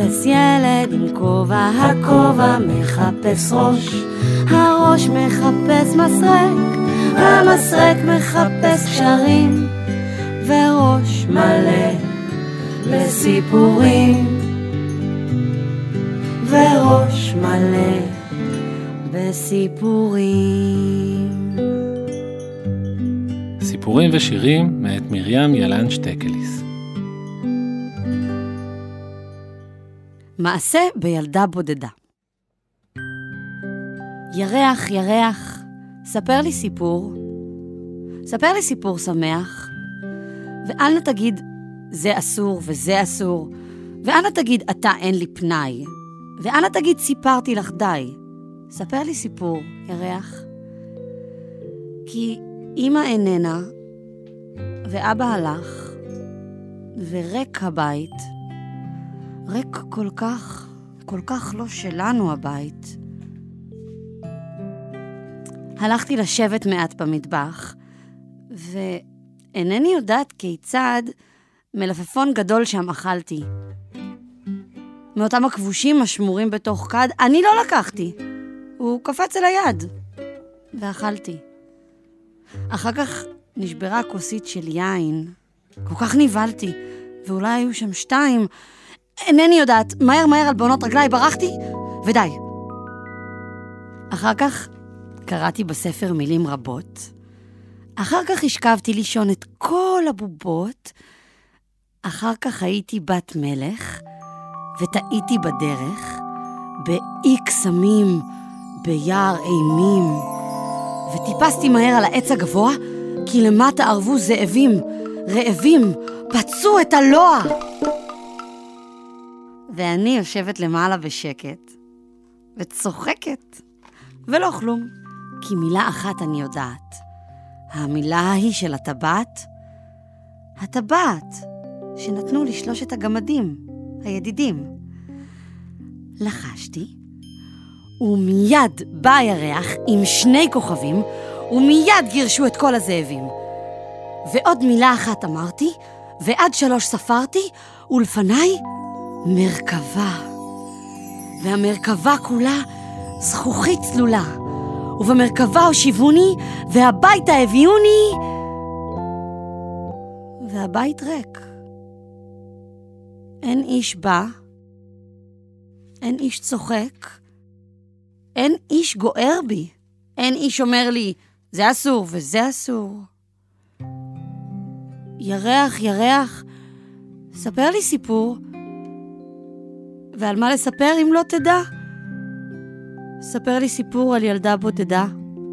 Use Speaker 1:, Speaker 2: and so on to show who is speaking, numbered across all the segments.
Speaker 1: מחפש ילד עם כובע, הכובע מחפש ראש, הראש מחפש מסרק, המסרק מחפש קשרים, וראש מלא בסיפורים, וראש מלא בסיפורים.
Speaker 2: סיפורים ושירים מאת מרים ילן שטקליס.
Speaker 1: מעשה בילדה בודדה. ירח, ירח, ספר לי סיפור. ספר לי סיפור שמח. ואל נא תגיד, זה אסור וזה אסור. ואל נא תגיד, אתה אין לי פנאי. ואל נא תגיד, סיפרתי לך די. ספר לי סיפור, ירח. כי אמא איננה, ואבא הלך, וריק הבית. ריק כל כך לא שלנו הבית. הלכתי לשבת מעט במטבח, ואינני יודעת כיצד מלפפון גדול שם אכלתי. מאותם הכבושים השמורים בתוך כד, אני לא לקחתי. הוא קפץ אל היד, ואכלתי. אחר כך נשברה כוסית של יין. כל כך ניבלתי, ואולי היו שם 2. אינני יודעת, מהר על בעונות רגליי ברחתי, ודי. אחר כך קראתי בספר מילים רבות. אחר כך השכבתי לישון את כל הבובות. אחר כך הייתי בת מלך, וטעיתי בדרך, באי קסמים, ביער אימים, וטיפסתי מהר על העץ הגבוה, כי למטה ערבו זאבים, רעבים, פצעו את הלוע. ואני יושבת למעלה בשקט, וצוחקת, ולא כלום, כי מילה אחת אני יודעת. המילה ההיא של הטבעת, הטבעת שנתנו לי 3 הגמדים, הידידים. לחשתי, ומיד בא הירח עם 2 כוכבים, ומיד גירשו את כל הזאבים. ועוד מילה אחת אמרתי, ועד 3 ספרתי, ולפניי מרכבה. והמרכבה כולה זכוכית צלולה, ובמרכבה הושיבוני, והביתה הביאוני, והבית ריק. אין איש בא, אין איש צוחק, אין איש גוער בי, אין איש אומר לי, זה אסור וזה אסור. ירח, ירח, ספר לי סיפור. ועל מה לספר אם לא תדע? ספר לי סיפור על ילדה בודדה.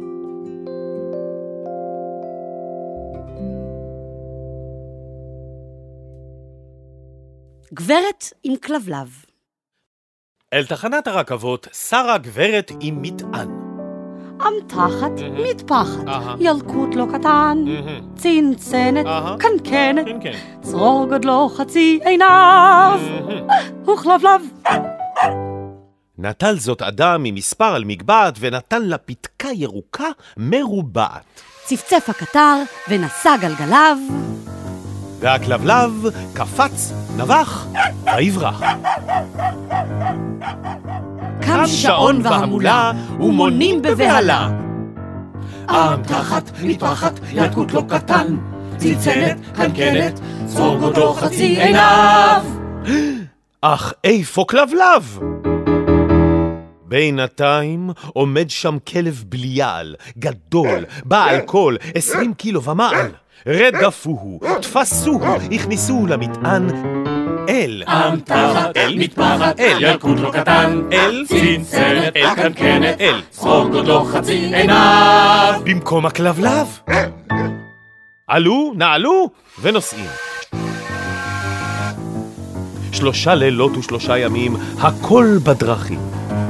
Speaker 1: גברת עם כלבלב.
Speaker 3: אל תחנת הרכבות שרה גברת עם מטען.
Speaker 1: אמתחת, מטפחת, ילקוט לא קטן, צנצנת, קנקנת, צרור גודלו חצי עיניו, וכלבלב.
Speaker 3: נטל זאת אדם ממספר על מגבעת, ונתן לה פתקה ירוקה מרובעת.
Speaker 1: צפצף הקטר ונשא גלגליו,
Speaker 3: והכלבלב קפץ, נבח, ויברח.
Speaker 1: קם שעון והמולה ומונים בבהלה.
Speaker 3: אמתחת, מטפחת, ילקוט לא קטן, צנצנת, קנקנת, צרור גודלו חצי עיניו. אך איפה כלבלב? בינתיים עומד שם כלב בליעל, גדול, בעל קול, 20 קילו ומעל. רדפוהו, תפסוהו, הכניסוהו למטען. אל
Speaker 4: אמתחת, אל מטפחת, אל ילקוט לא קטן,
Speaker 3: אל
Speaker 4: צנצנת, אל קנקנת,
Speaker 3: אל
Speaker 4: צרור גודלו חצי עיניו.
Speaker 3: במקום הכלבלב. עלו, נעלו ונוסעים. 3 לילות ו3 ימים, הכל בדרכים.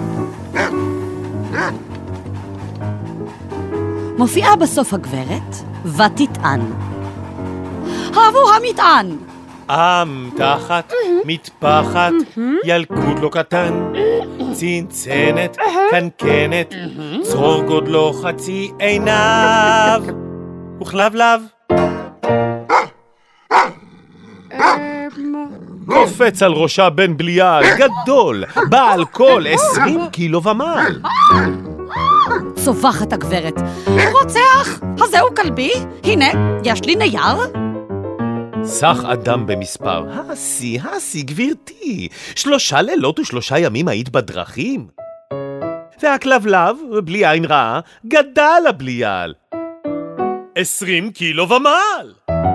Speaker 1: מופיעה בסוף הגברת ותטען. הבו המטען.
Speaker 3: אמתחת, מטפחת, ילקוט לא קטן, צנצנת, קנקנת, צרור גודלו חצי עיניו, וכלבלב. קופץ על ראשה בן בליעל, גדול, בעל קול 20 קילו ומעל.
Speaker 1: צווחת הגברת. רוצח, הזהו כלבי? הנה, יש לי נייר.
Speaker 3: סך אדם במספר. הסי, גבירתי. 3 לילות ו3 ימים היית בדרכים? והכלבלב, בלי עין רעה, גדל הבליעל. 20 קילו ומעל.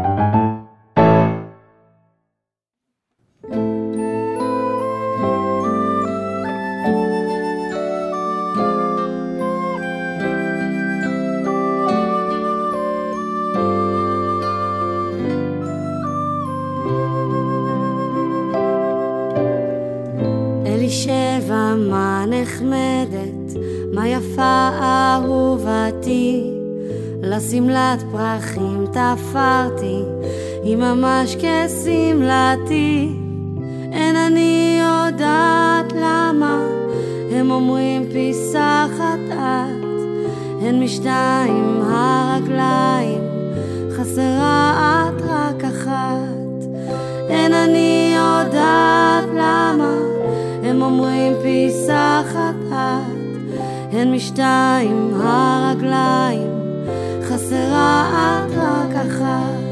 Speaker 1: אלישבע, מה נחמדת, מה יפה אהובתי, לשמלת פרחים תפרתי, היא ממש כשמלתי. אין אני יודעת למה, הם אומרים פיסה חטאת, הן משתיים הרגליים, חסרה את רק אחת. אין אני יודעת למה, הם אומרים פיסה חטאת, הן משתיים הרגליים, חסרה את רק אחת.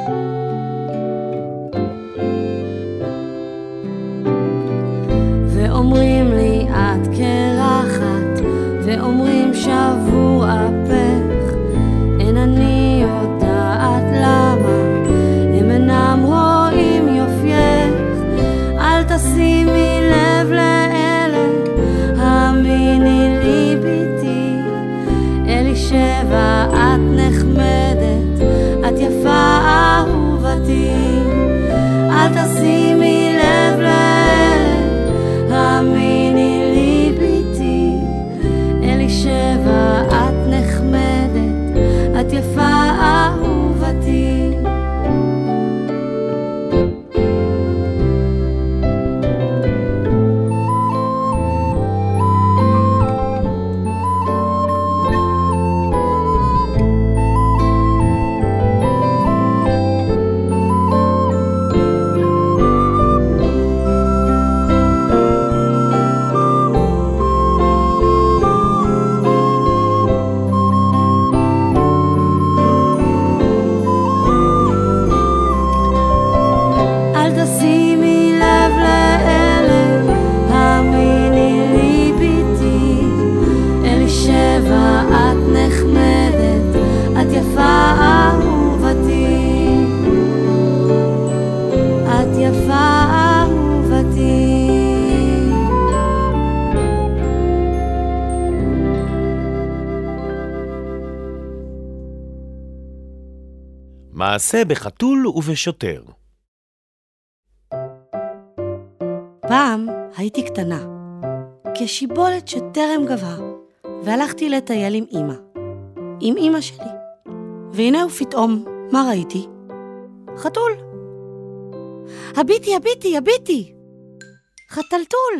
Speaker 1: ואומרים לי את קרחת, ואומרים שבור אפך, אין אני יודעת למה, הם אינם רואים יופייך. אל תשימי לב לאלה, האמיני לי ביתי, אלישבע את נחמדת, את יפה אהובתי. אל תשימי לב לאלה, האמיני לי ביתי, אלישבע את נחמדת, את יפה אהובתי.
Speaker 3: מעשה בחתול ובשוטר.
Speaker 1: פעם הייתי קטנה, כשיבולת שטרם גבה, והלכתי לטייל עם אמא שלי. והנה ופתאום, מה ראיתי? חתול. הביטי, חתלתול.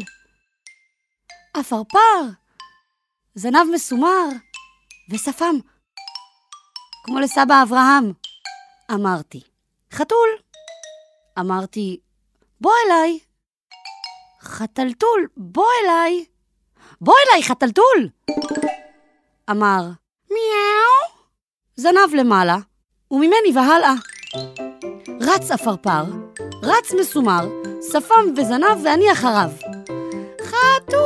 Speaker 1: אפרפר, זנב מסומר, ושפם, כמו לסבא אברהם. אמרתי, חתול. אמרתי, בוא אליי. חתלתול, בוא אליי, חתלתול. אמר, מיאו. זנב למעלה, וממני והלאה. רץ אפרפר, רץ מסומר, שפם וזנב ואני אחריו. חתול!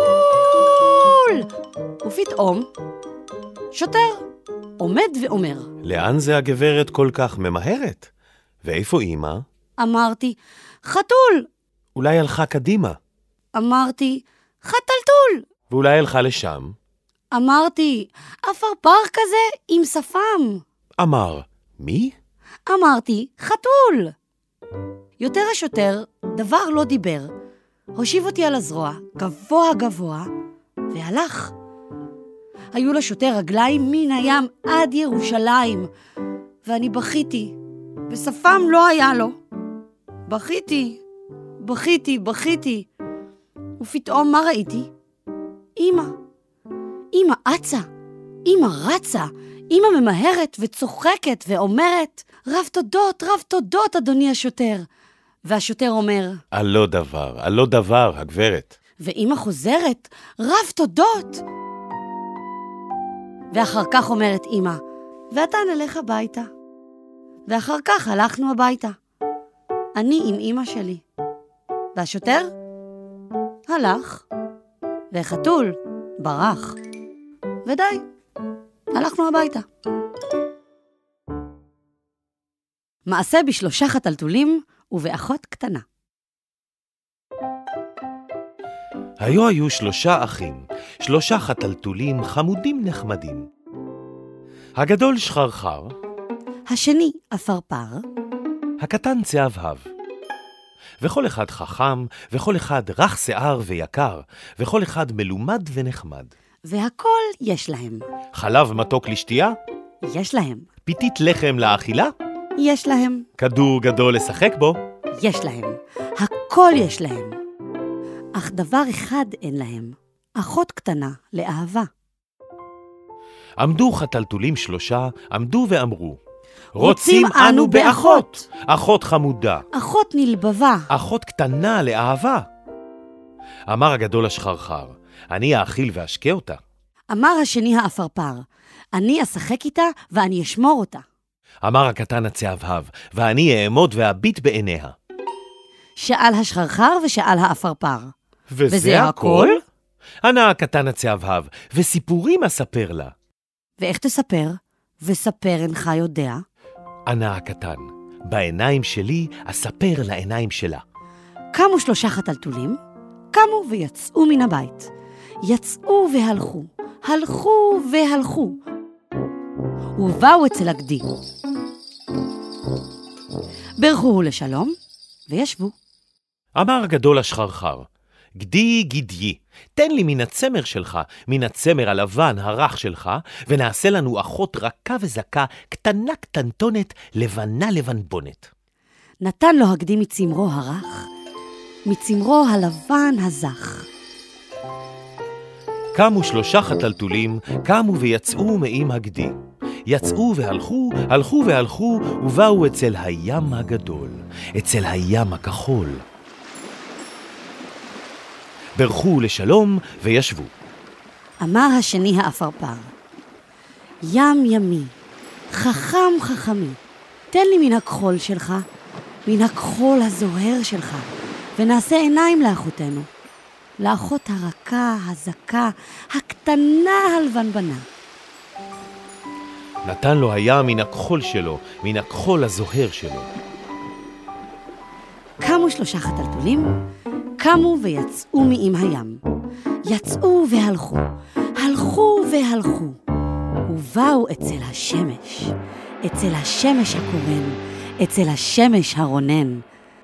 Speaker 1: ופתאום, שוטר עומד ואומר,
Speaker 3: לאן זה הגברת כל כך ממהרת? ואיפה אמא?
Speaker 1: אמרתי, חתול.
Speaker 3: אולי הלכה קדימה.
Speaker 1: אמרתי, חתלתול.
Speaker 3: ואולי הלכה לשם.
Speaker 1: אמרתי, אפרפר כזה עם שפם.
Speaker 3: אמר, מי?
Speaker 1: אמרתי, חתול. יותר השוטר דבר לא דיבר, הושיב אותי על הזרוע, גבוה, והלך. היו לשוטר רגליים מן הים עד ירושלים, ואני בכיתי, ושפם לא היה לו. בכיתי, ופתאום מה ראיתי? אמא אצה, אמא רצה, אמא ממהרת וצוחקת ואומרת, רב תודות, אדוני השוטר. והשוטר אומר,
Speaker 3: על לא דבר, הגברת.
Speaker 1: ואמא חוזרת, רב תודות. ואחר כך אומרת אמא, ואתה נלך הביתה. ואחר כך הלכנו הביתה. אני עם אמא שלי. והשוטר הלך, והחתול ברח. ודי, הלכנו הביתה. מעשה ב3 חתלתולים ובאחות קטנה.
Speaker 3: היו 3 אחים, 3 חתלתולים חמודים נחמדים. הגדול שחרחר,
Speaker 1: השני אפרפר,
Speaker 3: הקטן צהבהב. וכל אחד חכם, וכל אחד רך שיער ויקר, וכל אחד מלומד ונחמד.
Speaker 1: והכל יש להם.
Speaker 3: חלב מתוק לשתייה?
Speaker 1: יש להם.
Speaker 3: פיתית לחם לאכילה?
Speaker 1: יש להם.
Speaker 3: כדור גדול לשחק בו?
Speaker 1: יש להם. הכל יש להם. אך דבר אחד אין להם. אחות קטנה לאהבה.
Speaker 3: עמדו חתלתולים 3, עמדו ואמרו,
Speaker 1: רוצים אנו באחות.
Speaker 3: אחות חמודה.
Speaker 1: אחות נלבבה.
Speaker 3: אחות קטנה לאהבה. אמר הגדול השחרחר, אני האכיל ואשקה אותה.
Speaker 1: אמר השני האפרפר, אני אשחק איתה ואני אשמור אותה.
Speaker 3: אמר הקטן הצהבהב, ואני אעמוד ואביט בעיניה.
Speaker 1: שאל השחרחר ושאל האפרפר.
Speaker 3: וזה הכל? ענה הקטן הצהבהב, וסיפורים אספר לה.
Speaker 1: ואיך תספר? וספר אינך יודע.
Speaker 3: ענה הקטן, בעיניים שלי אספר לעיניים שלה.
Speaker 1: קמו 3 חתלתולים, קמו ויצאו מן הבית. יצאו והלכו, הלכו והלכו. ובאו אצל הגדי. ברכו לשלום וישבו.
Speaker 3: אמר הגדול השחרחר, גדי גדיה, תן לי מן הצמר שלך, מן הצמר הלבן הרך שלך, ונעשה לנו אחות רכה וזכה, קטנה קטנטונת, לבנה לבנבונת.
Speaker 1: נתן לו הגדי מצמרו הרך, מצמרו הלבן הזך.
Speaker 3: קמו 3 חתלתולים, קמו ויצאו מעם הגדי. יצאו והלכו, הלכו והלכו, ובאו אצל הים הגדול, אצל הים הכחול. ברכו לשלום וישבו.
Speaker 1: אמר השני האפרפר, ים ימי, חכם חכמי, תן לי מן הכחול שלך, מן הכחול הזוהר שלך, ונעשה עיניים לאחותנו, לאחות הרכה, הזכה, הקטנה הלבנבנה.
Speaker 3: נתן לו הים מן הכחול שלו, מן הכחול הזוהר שלו.
Speaker 1: קמו 3 חתלתולים, קמו ויצאו מעם הים. יצאו והלכו, הלכו והלכו. ובאו אצל השמש, אצל השמש הקורן, אצל השמש הרונן.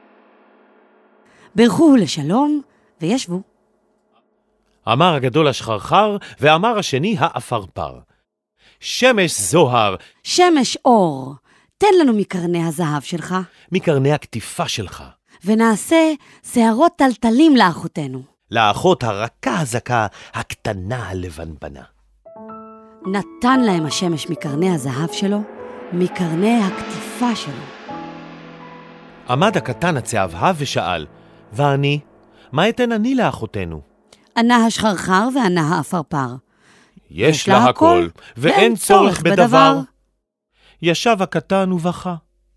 Speaker 1: ברכו לשלום וישבו.
Speaker 3: אמר הגדול השחרחר, ואמר השני האפרפר, שמש זוהר,
Speaker 1: שמש אור, תן לנו מקרני הזהב שלך,
Speaker 3: מקרני הכתיפה שלך,
Speaker 1: ונעשה שערות טלטלים לאחותנו.
Speaker 3: לאחות הרכה הזכה, הקטנה הלבנבנה.
Speaker 1: נתן להם השמש מקרני הזהב שלו, מקרני הכתיפה שלו.
Speaker 3: עמד הקטן הצהבהב ושאל, ואני? מה אתן אני לאחותנו?
Speaker 1: ענה השחרחר וענה האפרפר,
Speaker 3: יש לה הכל, ואין צורך בדבר. ישב הקטן ובכה.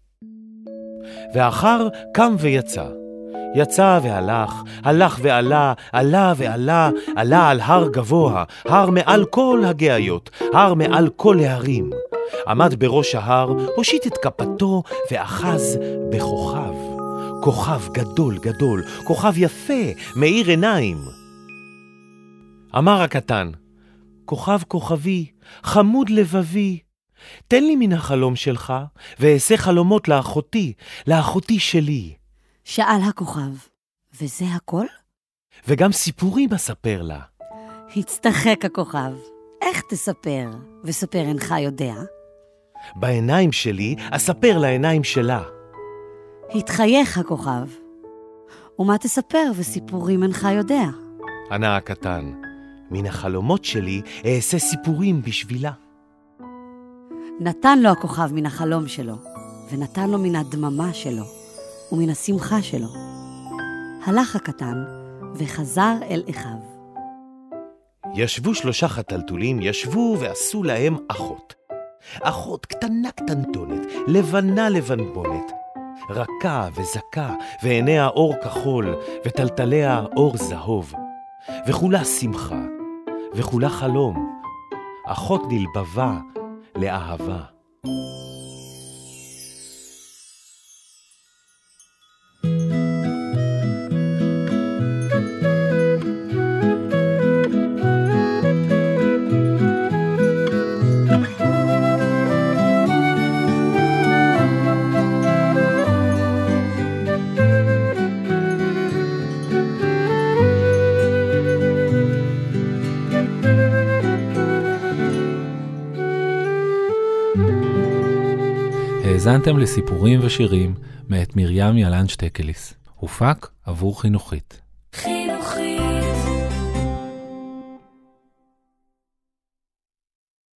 Speaker 3: ואחר קם ויצא. יצא והלך, הלך ועלה, עלה ועלה, עלה על הר גבוה, הר מעל כל הגאיות, הר מעל כל ההרים. עמד בראש ההר, הושיט את כפתו ואחז בכוכב. כוכב גדול גדול, כוכב יפה, מאיר עיניים. אמר הקטן, כוכב כוכבי, חמוד לבבי, תן לי מן החלום שלך, ואעשה חלומות לאחותי, לאחותי שלי.
Speaker 1: שאל הכוכב, וזה הכל?
Speaker 3: וגם סיפורים אספר לה.
Speaker 1: הצטחק הכוכב, איך תספר? וספר אינך יודע?
Speaker 3: בעיניים שלי אספר לעיניים שלה.
Speaker 1: התחייך הכוכב, ומה תספר וסיפורים אינך יודע?
Speaker 3: ענה הקטן, מן החלומות שלי אעשה סיפורים בשבילה.
Speaker 1: נתן לו הכוכב מן החלום שלו, ונתן לו מן הדממה שלו, ומן השמחה שלו. הלך הקטן וחזר אל אחיו.
Speaker 3: ישבו 3 חתלתולים, ישבו ועשו להם אחות. אחות קטנה קטנטונת, לבנה לבנבונת, רכה וזכה, ועיניה אור כחול, וטלטליה אור זהוב. וכולה שמחה, וכולה חלום. אחות נלבבה לאהבה.
Speaker 2: האזנתם לסיפורים ושירים מאת מרים ילן שטקליס. הופק עבור חינוכית.